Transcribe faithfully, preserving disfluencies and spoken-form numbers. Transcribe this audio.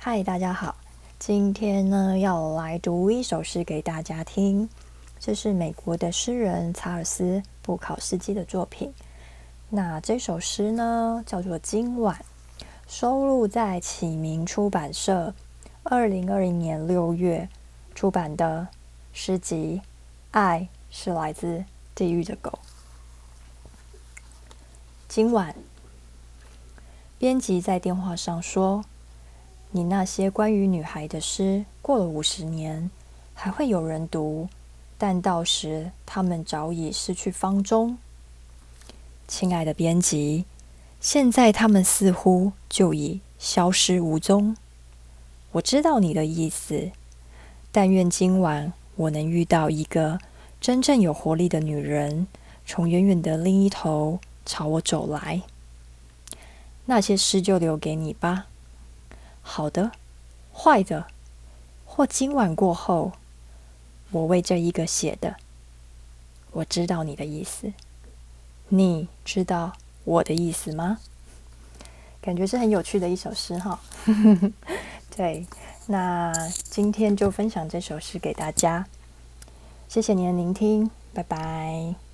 嗨，大家好，今天呢要来读一首诗给大家听，这是美国的诗人查尔斯·布考斯基的作品。那这首诗呢叫做《今晚》，收录在启明出版社二零二零年六月出版的诗集《爱是来自地狱的狗》。今晚，编辑在电话上说，你那些关于女孩的诗，过了五十年，还会有人读，但到时他们早已失去芳踪。亲爱的编辑，现在他们似乎就已消失无踪。我知道你的意思，但愿今晚我能遇到一个真正有活力的女人，从远远的另一头朝我走来。那些诗就留给你吧。好的，坏的，或今晚过后，我为这一个写的。我知道你的意思，你知道我的意思吗？感觉是很有趣的一首诗哈。对，那今天就分享这首诗给大家，谢谢您的聆听，拜拜。